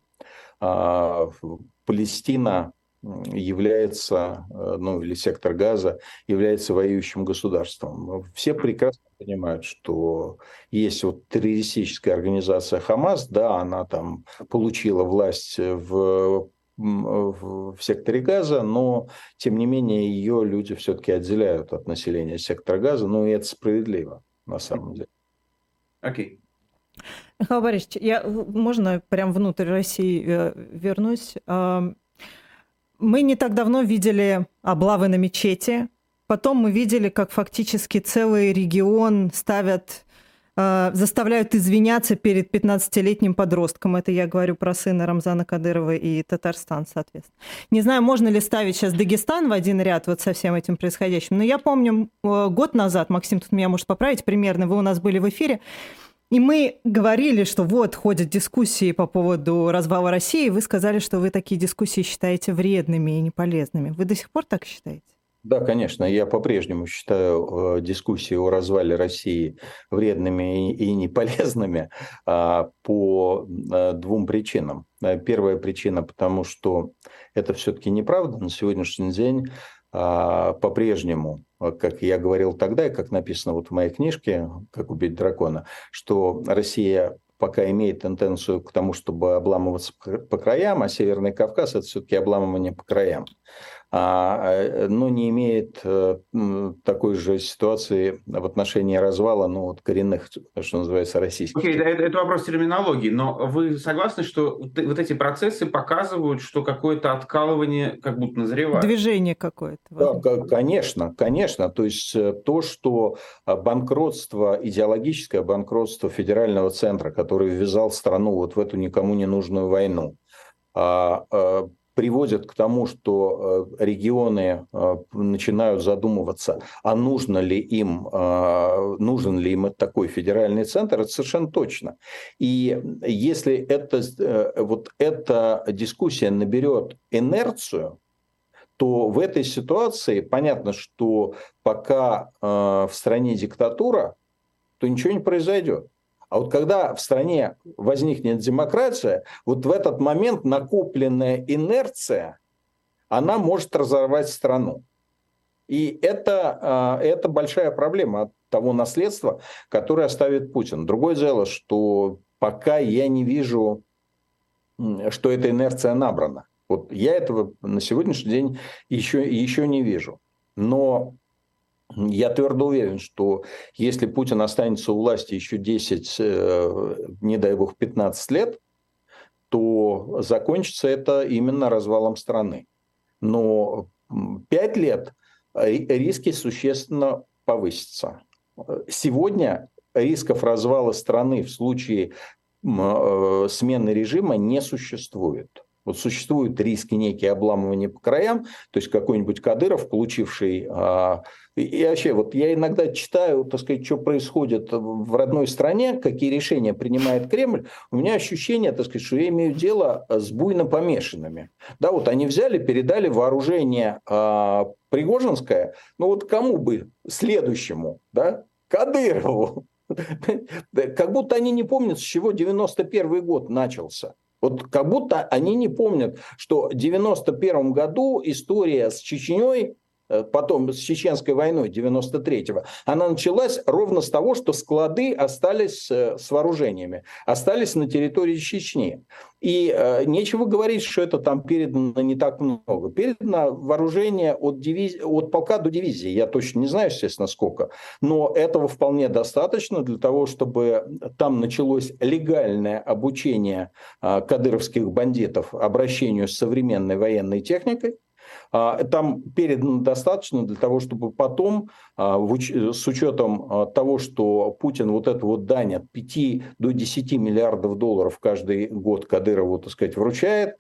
S3: Палестина является, ну или сектор Газа является воюющим государством. Все прекрасно понимают, что есть вот террористическая организация Хамас, да, она там получила власть в, в, в секторе Газа, но тем не менее ее люди все-таки отделяют от населения сектора Газа, ну и это справедливо на самом деле.
S2: Окей. Okay.
S4: Михаил Борисович, я, можно прям внутрь России вернусь? Мы не так давно видели облавы на мечети. Потом мы видели, как фактически целый регион ставят, заставляют извиняться перед пятнадцатилетним подростком. Это я говорю про сына Рамзана Кадырова и Татарстан, соответственно. Не знаю, можно ли ставить сейчас Дагестан в один ряд вот со всем этим происходящим. Но я помню, год назад, Максим тут меня может поправить примерно, вы у нас были в эфире, и мы говорили, что вот ходят дискуссии по поводу развала России. Вы сказали, что вы такие дискуссии считаете вредными и неполезными. Вы до сих пор так считаете?
S3: Да, конечно. Я по-прежнему считаю дискуссии о развале России вредными и неполезными по двум причинам. Первая причина, потому что это все-таки неправда. На сегодняшний день по-прежнему, как я говорил тогда, и как написано вот в моей книжке «Как убить дракона», что Россия пока имеет тенденцию к тому, чтобы обламываться по краям, а Северный Кавказ – это все-таки обламывание по краям. а, но не имеет э, м, такой же ситуации в отношении развала, ну, вот коренных, что называется, российских.
S2: Окей, это, это вопрос терминологии, но вы согласны, что вот вот эти процессы показывают, что какое-то откалывание как будто назревает?
S4: Движение какое-то.
S3: Да,
S4: возможно.
S3: ко- конечно, конечно. То есть э, то, что а, банкротство, идеологическое банкротство федерального центра, который ввязал страну вот в эту никому не нужную войну, а, а, приводит к тому, что э, регионы э, начинают задумываться, а нужно ли им, а, нужен ли им такой федеральный центр, это совершенно точно. И если это, э, вот эта дискуссия наберет инерцию, то в этой ситуации понятно, что пока э, в стране диктатура, то ничего не произойдет. А вот когда в стране возникнет демократия, вот в этот момент накопленная инерция, она может разорвать страну. И это, э, это большая проблема от того наследства, которое оставит Путин. Другое дело, что пока я не вижу, м, что эта инерция набрана. Вот я этого на сегодняшний день еще, еще не вижу. Но я твердо уверен, что если Путин останется у власти еще десять, э, не дай бог, пятнадцать лет, то закончится это именно развалом страны. Но м, пять лет ри- риски существенно повысятся. Сегодня рисков развала страны в случае м, э, смены режима не существует. Вот существуют риски некие обламывания по краям, то есть какой-нибудь Кадыров, получивший... а, И и вообще, вот я иногда читаю, так сказать, что происходит в родной стране, какие решения принимает Кремль, у меня ощущение, так сказать, что я имею дело с буйно помешанными. Да, вот они взяли, передали вооружение а, Пригожинское, ну вот кому бы следующему, да, Кадырову. Как будто они не помнят, с чего девяносто первый год начался. Вот как будто они не помнят, что в девяносто первом году история с Чечней, э, потом с Чеченской войной девяносто третьего, она началась ровно с того, что склады остались э, с вооружениями, остались на территории Чечни. И э, нечего говорить, что это там передано не так много. Передано вооружение от, дивиз... от полка до дивизии. Я точно не знаю, естественно, сколько. Но этого вполне достаточно для того, чтобы там началось легальное обучение э, кадыровских бандитов обращению с современной военной техникой. Там передано достаточно для того, чтобы потом, с учетом того, что Путин вот эту вот дань от пяти до десяти миллиардов долларов каждый год Кадырову, так сказать, вручает,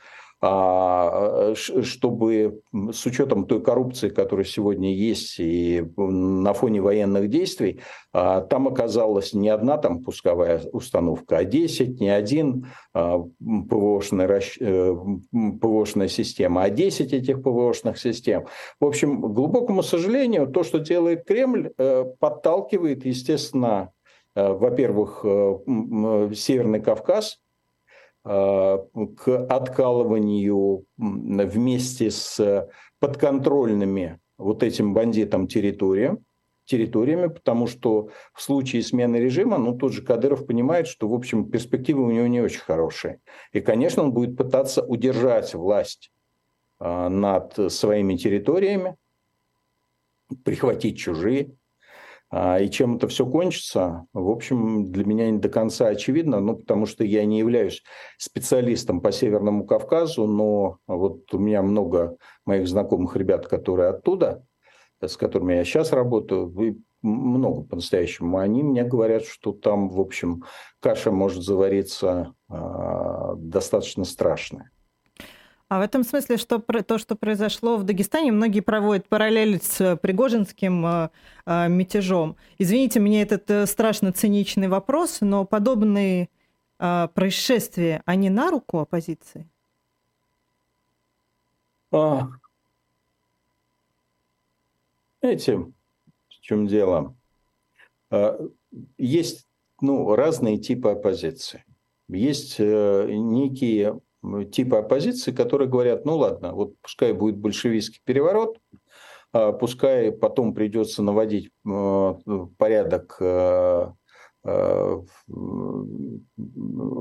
S3: чтобы с учетом той коррупции, которая сегодня есть и на фоне военных действий, там оказалась не одна там пусковая установка, а десять, не один ПВОшная, ПВОшная система, а десять этих ПВОшных систем. В общем, к глубокому сожалению, то, что делает Кремль, подталкивает, естественно, во-первых, Северный Кавказ к откалыванию вместе с подконтрольными вот этим бандитам территориям, территориями, потому что в случае смены режима, ну, тот же Кадыров понимает, что, в общем, перспективы у него не очень хорошие. И, конечно, он будет пытаться удержать власть над своими территориями, прихватить чужие. И чем это все кончится, в общем, для меня не до конца очевидно, ну, потому что я не являюсь специалистом по Северному Кавказу, но вот у меня много моих знакомых ребят, которые оттуда, с которыми я сейчас работаю, и много по-настоящему, они мне говорят, что там, в общем, каша может завариться э, достаточно страшная.
S4: А в этом смысле, что то, что произошло в Дагестане, многие проводят параллель с пригожинским э, э, мятежом. Извините, мне этот э, страшно циничный вопрос, но подобные э, происшествия, они на руку оппозиции?
S3: А, знаете, в чем дело? А, есть ну, разные типы оппозиции. Есть э, некие типа оппозиции, которые говорят, ну ладно, вот пускай будет большевистский переворот, пускай потом придется наводить порядок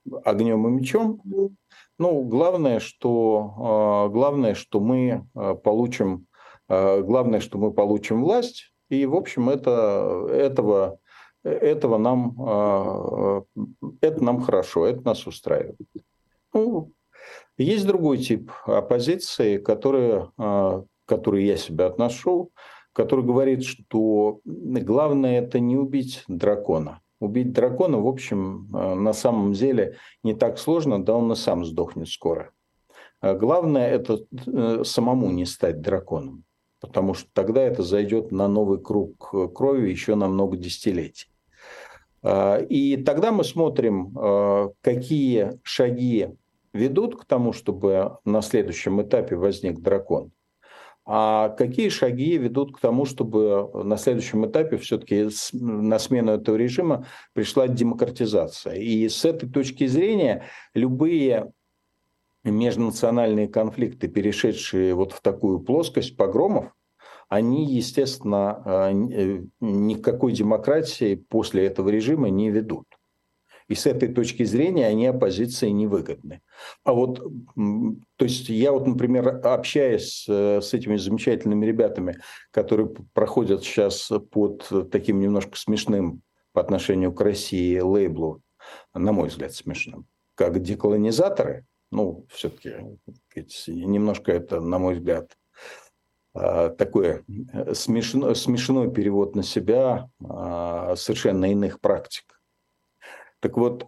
S3: огнем и мечом. Ну, главное, что, главное, что мы получим, главное, что мы получим власть, и, в общем, это, этого, этого нам, это нам хорошо, это нас устраивает. Ну, есть другой тип оппозиции, который, к которой я себя отношу, который говорит, что главное – это не убить дракона. Убить дракона, в общем, на самом деле не так сложно, да он и сам сдохнет скоро. Главное – это самому не стать драконом, потому что тогда это зайдет на новый круг крови еще на много десятилетий. И тогда мы смотрим, какие шаги ведут к тому, чтобы на следующем этапе возник дракон, а какие шаги ведут к тому, чтобы на следующем этапе все-таки на смену этого режима пришла демократизация. И с этой точки зрения любые межнациональные конфликты, перешедшие вот в такую плоскость погромов, они, естественно, никакой демократии после этого режима не ведут. И с этой точки зрения они оппозиции невыгодны. А вот, то есть я вот, например, общаясь с этими замечательными ребятами, которые проходят сейчас под таким немножко смешным по отношению к России лейблу, на мой взгляд, смешным, как деколонизаторы, ну, все-таки немножко это, на мой взгляд, такой смешной, смешной перевод на себя совершенно иных практик. Так вот,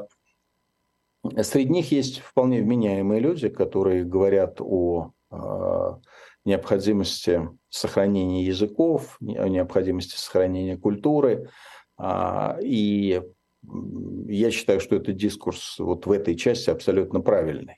S3: среди них есть вполне вменяемые люди, которые говорят о необходимости сохранения языков, о необходимости сохранения культуры. И я считаю, что этот дискурс вот в этой части абсолютно правильный.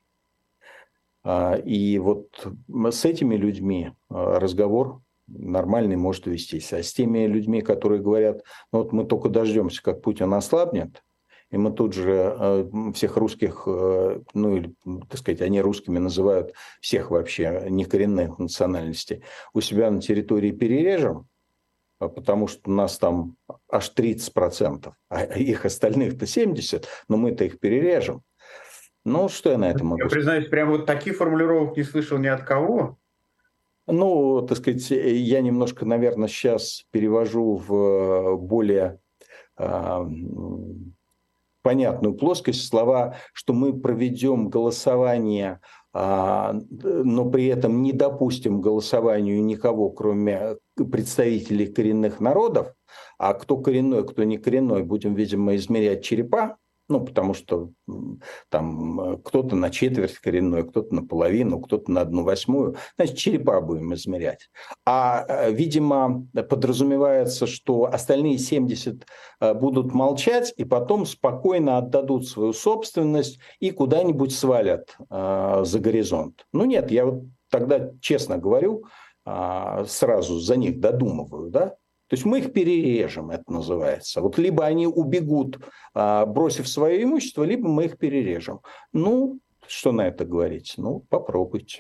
S3: И вот с этими людьми разговор нормальный может вестись. А с теми людьми, которые говорят, ну вот мы только дождемся, как Путин ослабнет, и мы тут же всех русских, ну или, так сказать, они русскими называют всех вообще некоренных национальностей, у себя на территории перережем, потому что у нас там аж тридцать процентов, а их остальных-то семьдесят процентов, но мы-то их перережем. Ну, что я на это могу
S2: сказать? Я признаюсь, прям вот таких формулировок не слышал ни от кого.
S3: Ну, так сказать, я немножко, наверное, сейчас перевожу в более понятную плоскость слова, что мы проведем голосование, но при этом не допустим к голосованию никого, кроме представителей коренных народов, а кто коренной, кто не коренной, будем, видимо, измерять черепа, ну, потому что там кто-то на четверть коренной, кто-то на половину, кто-то на одну восьмую. Значит, черепа будем измерять. А, видимо, подразумевается, что остальные семьдесят будут молчать и потом спокойно отдадут свою собственность и куда-нибудь свалят а, за горизонт. Ну, нет, я вот тогда, честно говорю, а, сразу за них додумываю, да? То есть мы их перережем, это называется. Вот либо они убегут, бросив свое имущество, либо мы их перережем. Ну, что на это говорить? Ну, попробуйте.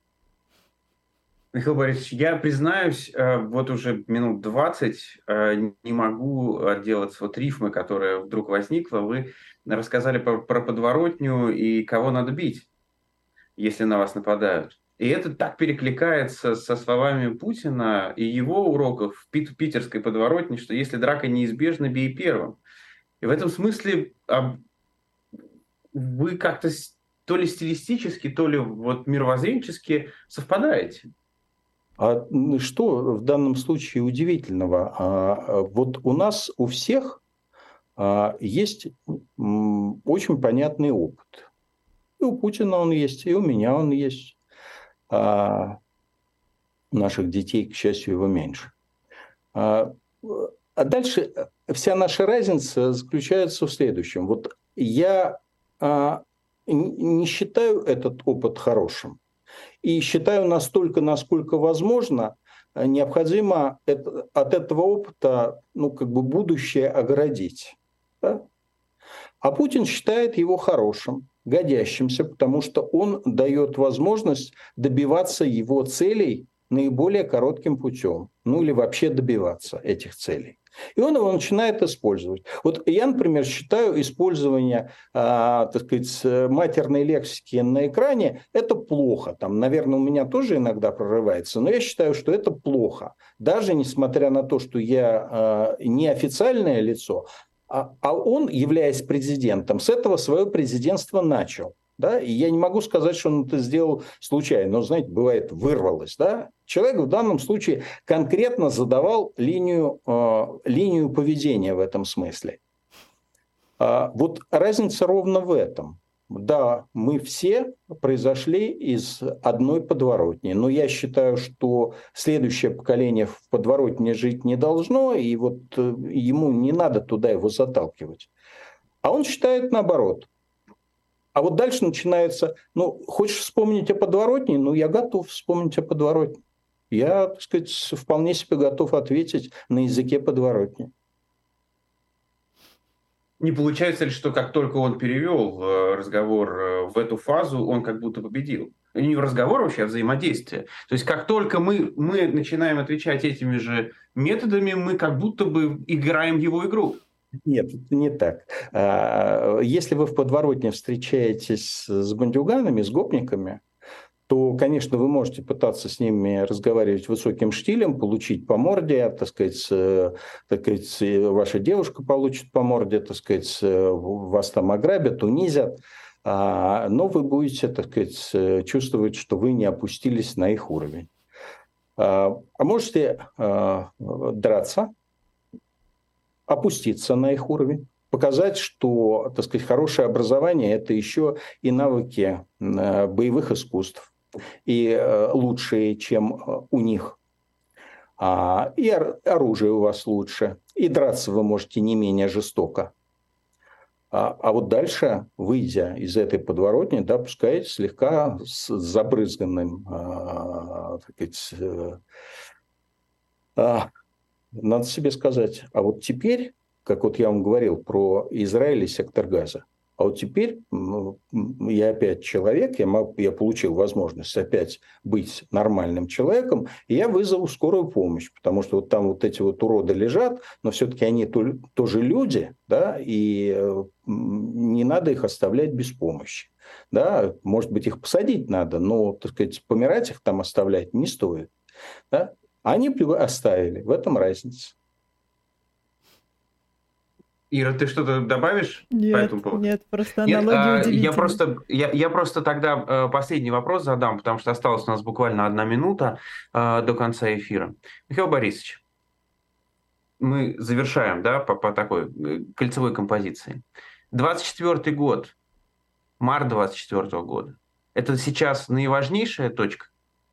S2: Михаил Борисович, я признаюсь, вот уже минут двадцать не могу отделаться от рифмы, которая вдруг возникла. Вы рассказали про, про подворотню и кого надо бить, если на вас нападают. И это так перекликается со словами Путина и его уроков в пит- питерской подворотне, что если драка неизбежна, бей первым. И в этом смысле а, вы как-то то ли стилистически, то ли вот мировоззренчески совпадаете.
S3: А что в данном случае удивительного? А, вот у нас у всех а, есть м, очень понятный опыт. И у Путина он есть, и у меня он есть. А наших детей, к счастью, его меньше. А, а дальше вся наша разница заключается в следующем. Вот я а, не считаю этот опыт хорошим. И считаю настолько, насколько возможно, необходимо это, от этого опыта, ну, как бы будущее оградить. Да? А Путин считает его хорошим, годящимся, потому что он дает возможность добиваться его целей наиболее коротким путем, ну или вообще добиваться этих целей. И он его начинает использовать. Вот я, например, считаю использование, а, так сказать, матерной лексики на экране – это плохо. Там, наверное, у меня тоже иногда прорывается, но я считаю, что это плохо. Даже несмотря на то, что я а, не официальное лицо, а, а он, являясь президентом, с этого свое президентство начал. Да? И я не могу сказать, что он это сделал случайно, но, знаете, бывает, вырвалось. Да? Человек в данном случае конкретно задавал линию, э, линию поведения в этом смысле. А вот разница ровно в этом. Да, мы все произошли из одной подворотни, но я считаю, что следующее поколение в подворотне жить не должно, и вот ему не надо туда его заталкивать. А он считает наоборот. А вот дальше начинается, ну, хочешь вспомнить о подворотне? Ну, я готов вспомнить о подворотне. Я, так сказать, вполне себе готов ответить на языке подворотни.
S2: Не получается ли, что как только он перевел разговор в эту фазу, он как будто победил? Не в разговор вообще, а взаимодействие. То есть как только мы, мы начинаем отвечать этими же методами, мы как будто бы играем его игру.
S3: Нет, это не так. Если вы в подворотне встречаетесь с бандюганами, с гопниками, то, конечно, вы можете пытаться с ними разговаривать высоким штилем, получить по морде, так сказать, так сказать, ваша девушка получит по морде, так сказать, вас там ограбят, унизят, но вы будете, так сказать, чувствовать, что вы не опустились на их уровень. А можете драться, опуститься на их уровень, показать, что, так сказать, хорошее образование – это еще и навыки боевых искусств, и лучшие, чем у них. И оружие у вас лучше, и драться вы можете не менее жестоко. А вот дальше, выйдя из этой подворотни, да, пускай слегка с забрызганным, так сказать, надо себе сказать, а вот теперь, как вот я вам говорил про Израиль и сектор Газа, а вот теперь я опять человек, я, могу, я получил возможность опять быть нормальным человеком, и я вызову скорую помощь, потому что вот там вот эти вот уроды лежат, но все-таки они то, тоже люди, да, и не надо их оставлять без помощи. Да, может быть, их посадить надо, но, так сказать, помирать их там оставлять не стоит. Да? Они оставили, в этом разница.
S2: Ира, ты что-то добавишь
S4: нет,
S2: по этому поводу?
S4: Нет, просто аналогия
S2: нет,
S4: удивительная.
S2: Я просто, я, я просто тогда последний вопрос задам, потому что осталось у нас буквально одна минута до конца эфира. Михаил Борисович, мы завершаем, да, по, по такой кольцевой композиции. двадцать четвёртый год, март двадцать четвёртого года, это сейчас наиважнейшая точка?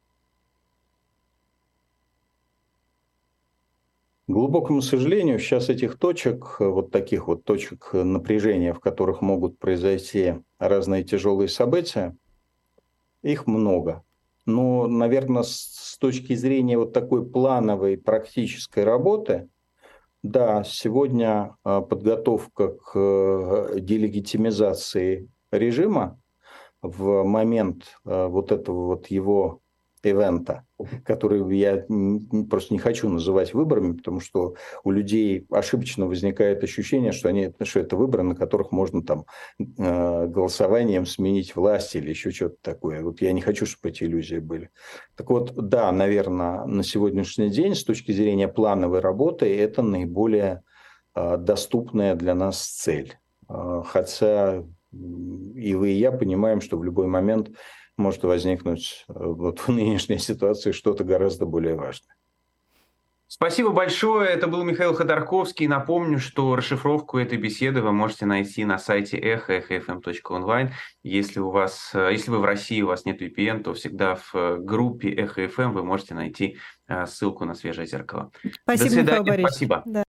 S3: К глубокому сожалению, сейчас этих точек, вот таких вот точек напряжения, в которых могут произойти разные тяжелые события, их много. Но, наверное, с точки зрения вот такой плановой практической работы, да, сегодня подготовка к делегитимизации режима в момент вот этого вот его ивента, который я просто не хочу называть выборами, потому что у людей ошибочно возникает ощущение, что, они, что это выборы, на которых можно там голосованием сменить власть или еще что-то такое. Вот я не хочу, чтобы эти иллюзии были. Так вот, да, наверное, на сегодняшний день с точки зрения плановой работы это наиболее доступная для нас цель. Хотя и вы, и я понимаем, что в любой момент может возникнуть вот в нынешней ситуации что-то гораздо более важное.
S2: Спасибо большое. Это был Михаил Ходорковский. Напомню, что расшифровку этой беседы вы можете найти на сайте эхо, эхо эф эм точка онлайн. Если у вас, если вы в России, у вас нет ви пи эн, то всегда в группе Эхо эф эм вы можете найти ссылку на свежее зеркало.
S4: Спасибо,
S2: До свидания.
S4: Михаил Борисович.
S2: Спасибо.
S4: Да.